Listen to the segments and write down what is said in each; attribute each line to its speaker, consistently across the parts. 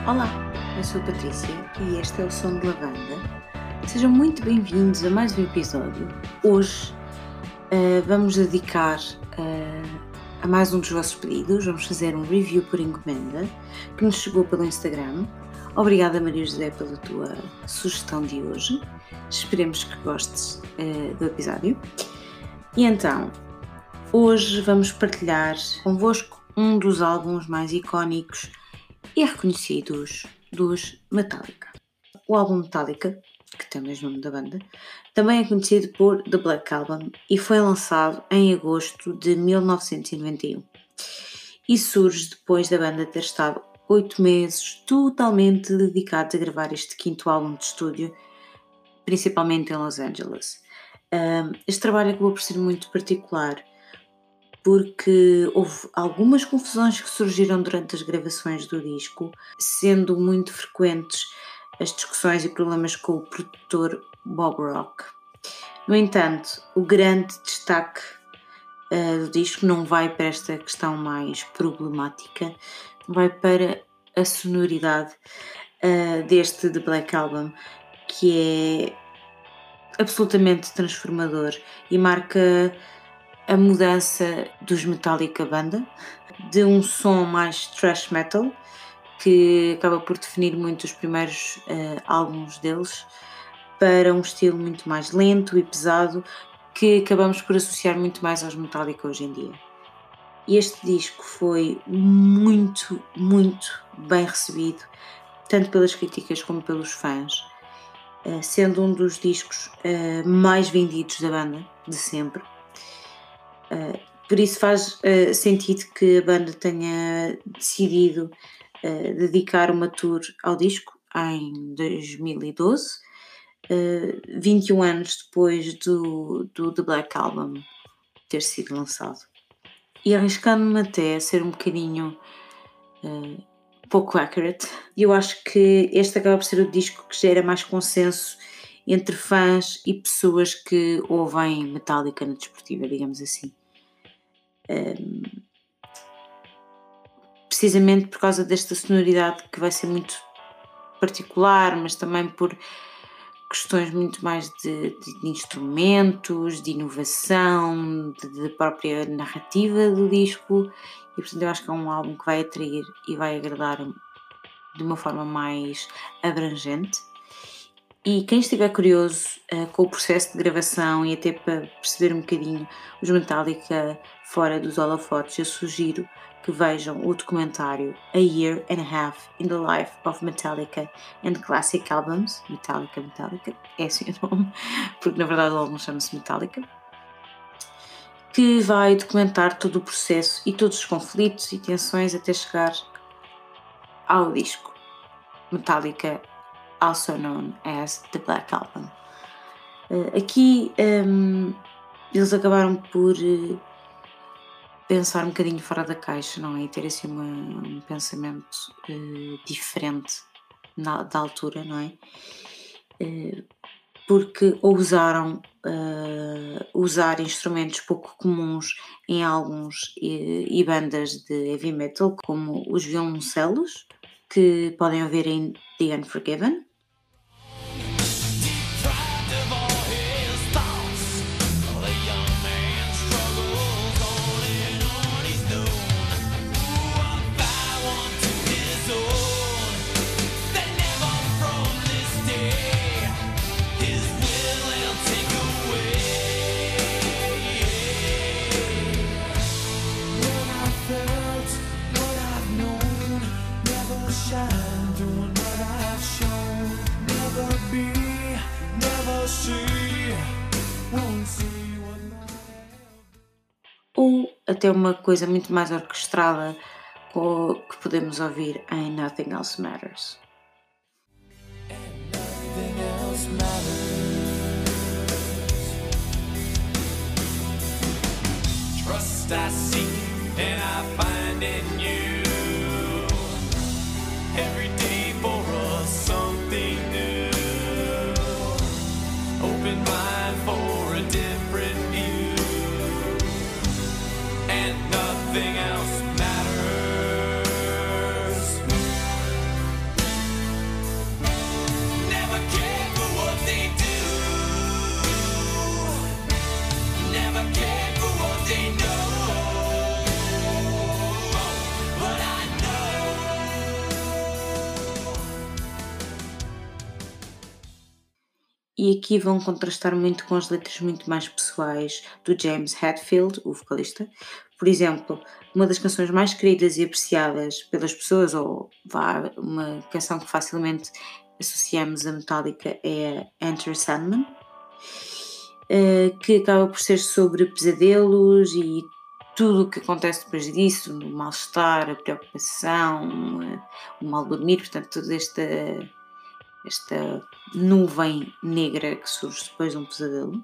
Speaker 1: Olá, eu sou a Patrícia e este é o Som de Lavanda. Sejam muito bem-vindos a mais um episódio. Hoje vamos dedicar a mais um dos vossos pedidos. Vamos fazer um review por encomenda que nos chegou pelo Instagram. Obrigada, Maria José, pela tua sugestão de hoje. Esperemos que gostes do episódio. E então, hoje vamos partilhar convosco um dos álbuns mais icónicos e reconhecidos dos Metallica. O álbum Metallica, que tem o mesmo nome da banda, também é conhecido por The Black Album e foi lançado em agosto de 1991. E surge depois da banda ter estado 8 meses totalmente dedicados a gravar este quinto álbum de estúdio, principalmente em Los Angeles. Este trabalho acabou por ser muito particular porque houve algumas confusões que surgiram durante as gravações do disco, sendo muito frequentes as discussões e problemas com o produtor Bob Rock. No entanto, o grande destaque do disco não vai para esta questão mais problemática, vai para a sonoridade deste The Black Album, que é absolutamente transformador e marca a mudança dos Metallica banda, de um som mais thrash metal, que acaba por definir muito os primeiros álbuns deles, para um estilo muito mais lento e pesado, que acabamos por associar muito mais aos Metallica hoje em dia. E este disco foi muito, muito bem recebido, tanto pelas críticas como pelos fãs, sendo um dos discos mais vendidos da banda, de sempre. Por isso faz sentido que a banda tenha decidido dedicar uma tour ao disco em 2012, 21 anos depois do The Black Album ter sido lançado. E arriscando-me até a ser um bocadinho pouco accurate, eu acho que este acaba por ser o disco que gera mais consenso entre fãs e pessoas que ouvem Metallica na desportiva, digamos assim. Precisamente por causa desta sonoridade que vai ser muito particular, mas também por questões muito mais de instrumentos, de inovação, de própria narrativa do disco, e portanto eu acho que é um álbum que vai atrair e vai agradar de uma forma mais abrangente. E quem estiver curioso com o processo de gravação e até para perceber um bocadinho os Metallica fora dos holofotes, eu sugiro que vejam o documentário A Year and a Half in the Life of Metallica and Classic Albums. Metallica, é assim o nome, porque na verdade o álbum chama-se Metallica, que vai documentar todo o processo e todos os conflitos e tensões até chegar ao disco Metallica, also known as The Black Album. Aqui eles acabaram por pensar um bocadinho fora da caixa, não é? E ter assim um pensamento diferente da altura, não é? Porque ousaram usar instrumentos pouco comuns em álbuns e bandas de heavy metal, como os violoncelos, que podem ouvir em The Unforgiven. Ou até uma coisa muito mais orquestrada que podemos ouvir em Nothing Else Matters. Trust I seek and I find in you. Every day for us something new. Open mind for a different view. And nothing else matters. e aqui vão contrastar muito com as letras muito mais pessoais do James Hetfield, o vocalista. Por exemplo, uma das canções mais queridas e apreciadas pelas pessoas, ou uma canção que facilmente associamos a Metallica, é a Enter Sandman, que acaba por ser sobre pesadelos e tudo o que acontece depois disso, o mal-estar, a preocupação, o mal dormir, portanto, toda esta nuvem negra que surge depois de um pesadelo.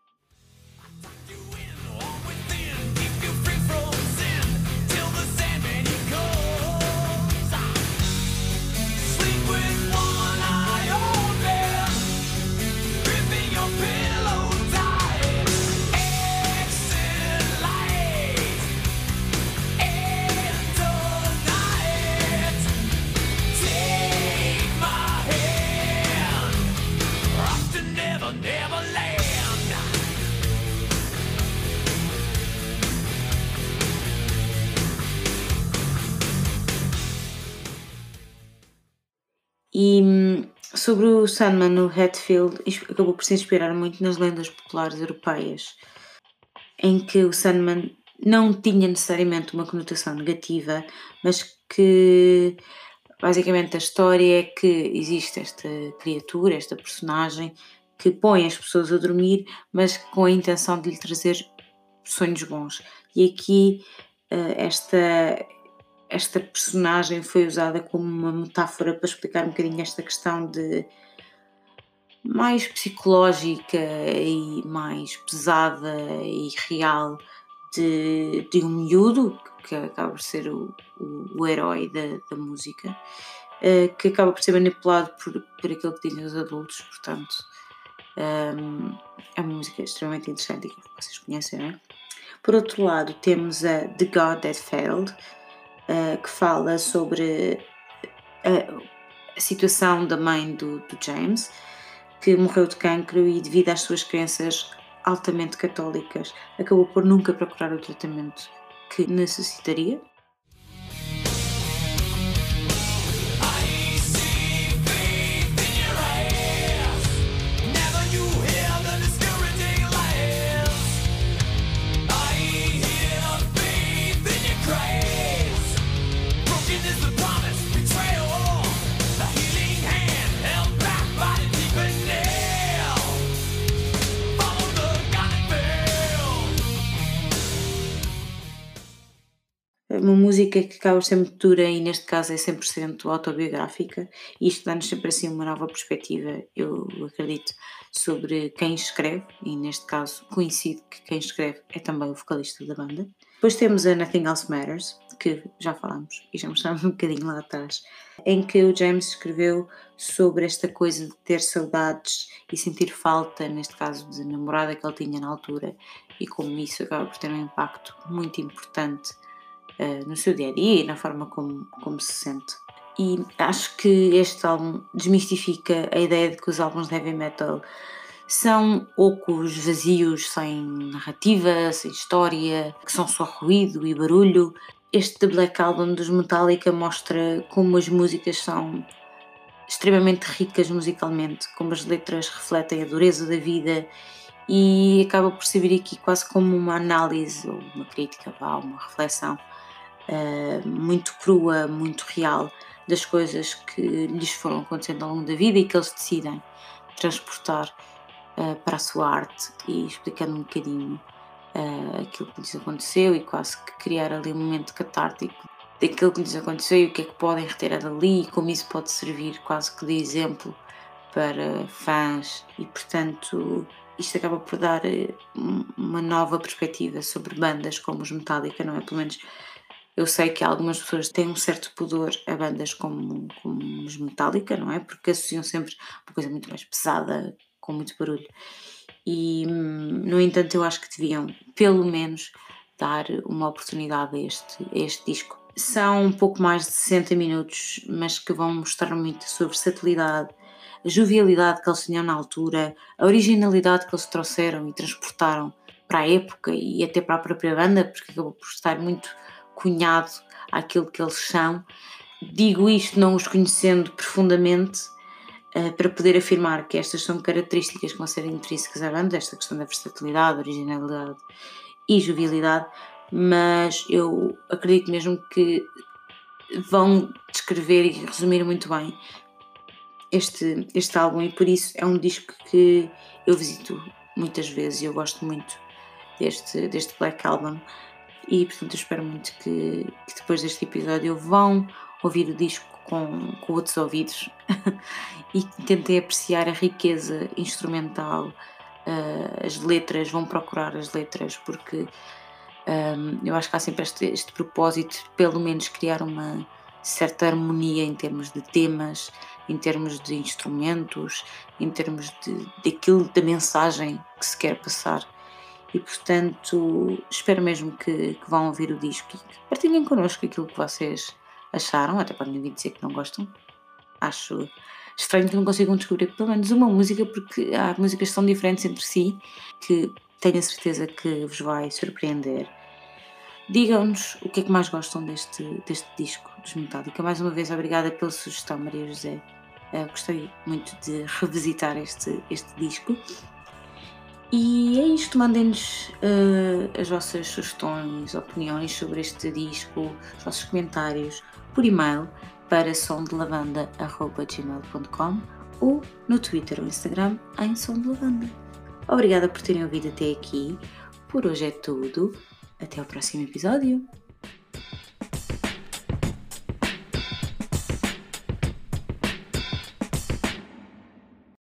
Speaker 1: E sobre o Sandman, o Hetfield acabou por se inspirar muito nas lendas populares europeias, em que o Sandman não tinha necessariamente uma conotação negativa, mas que basicamente a história é que existe esta criatura, esta personagem, que põe as pessoas a dormir, mas com a intenção de lhe trazer sonhos bons. E aqui esta personagem foi usada como uma metáfora para explicar um bocadinho esta questão de mais psicológica e mais pesada e real de um miúdo, que acaba por ser o herói da música, que acaba por ser manipulado por aquilo que dizem os adultos, portanto é uma música extremamente interessante e que vocês conhecem, não é? Por outro lado, temos a The God That Failed, que fala sobre a situação da mãe do James, que morreu de cancro e, devido às suas crenças altamente católicas, acabou por nunca procurar o tratamento que necessitaria. Uma música que acaba por ser muito dura e neste caso é 100% autobiográfica, e isto dá-nos sempre assim uma nova perspectiva, eu acredito, sobre quem escreve, e neste caso coincide que quem escreve é também o vocalista da banda. Depois temos a Nothing Else Matters, que já falámos e já mostramos um bocadinho lá atrás, em que o James escreveu sobre esta coisa de ter saudades e sentir falta, neste caso de namorada que ele tinha na altura, e como isso acaba por ter um impacto muito importante no seu dia-a-dia e na forma como se sente. E acho que este álbum desmistifica a ideia de que os álbuns de heavy metal são ocos, vazios, sem narrativa, sem história, que são só ruído e barulho. Este The Black Album dos Metallica mostra como as músicas são extremamente ricas musicalmente, como as letras refletem a dureza da vida, e acaba por servir aqui quase como uma análise ou uma crítica, uma reflexão muito crua, muito real das coisas que lhes foram acontecendo ao longo da vida e que eles decidem transportar para a sua arte, e explicando um bocadinho aquilo que lhes aconteceu e quase que criar ali um momento catártico daquilo que lhes aconteceu e o que é que podem retirar dali e como isso pode servir quase que de exemplo para fãs, e portanto isto acaba por dar uma nova perspectiva sobre bandas como os Metallica, não é? Pelo menos eu sei que algumas pessoas têm um certo pudor a bandas como os Metallica, não é? Porque associam sempre uma coisa muito mais pesada, com muito barulho. E, no entanto, eu acho que deviam, pelo menos, dar uma oportunidade a este disco. São um pouco mais de 60 minutos, mas que vão mostrar muito a versatilidade, a jovialidade que eles tinham na altura, a originalidade que eles trouxeram e transportaram para a época e até para a própria banda, porque acabou por estar muito cunhado àquilo que eles são. Digo isto não os conhecendo profundamente, para poder afirmar que estas são características que vão ser intrínsecas à banda, esta questão da versatilidade, originalidade e jovialidade, mas eu acredito mesmo que vão descrever e resumir muito bem este álbum, e por isso é um disco que eu visito muitas vezes e eu gosto muito deste Black Album, e portanto eu espero muito que depois deste episódio vão ouvir o disco com outros ouvidos e que tentem apreciar a riqueza instrumental, as letras, vão procurar as letras, porque eu acho que há sempre este propósito, pelo menos criar uma certa harmonia em termos de temas, em termos de instrumentos, em termos da mensagem que se quer passar. E portanto espero mesmo que vão ouvir o disco e que partilhem connosco aquilo que vocês acharam, até podem vir dizer que não gostam. Acho estranho que não consigam descobrir pelo menos uma música, porque há músicas tão diferentes entre si que tenho a certeza que vos vai surpreender. Digam-nos o que é que mais gostam deste disco dos Metallica. Mais uma vez, obrigada pela sugestão, Maria José. Gostei muito de revisitar este disco. E é isto, mandem-nos as vossas sugestões, opiniões sobre este disco, os vossos comentários por e-mail para somdelavanda@gmail.com ou no Twitter ou Instagram em Som de Lavanda. Obrigada por terem ouvido até aqui. Por hoje é tudo. Até ao próximo episódio.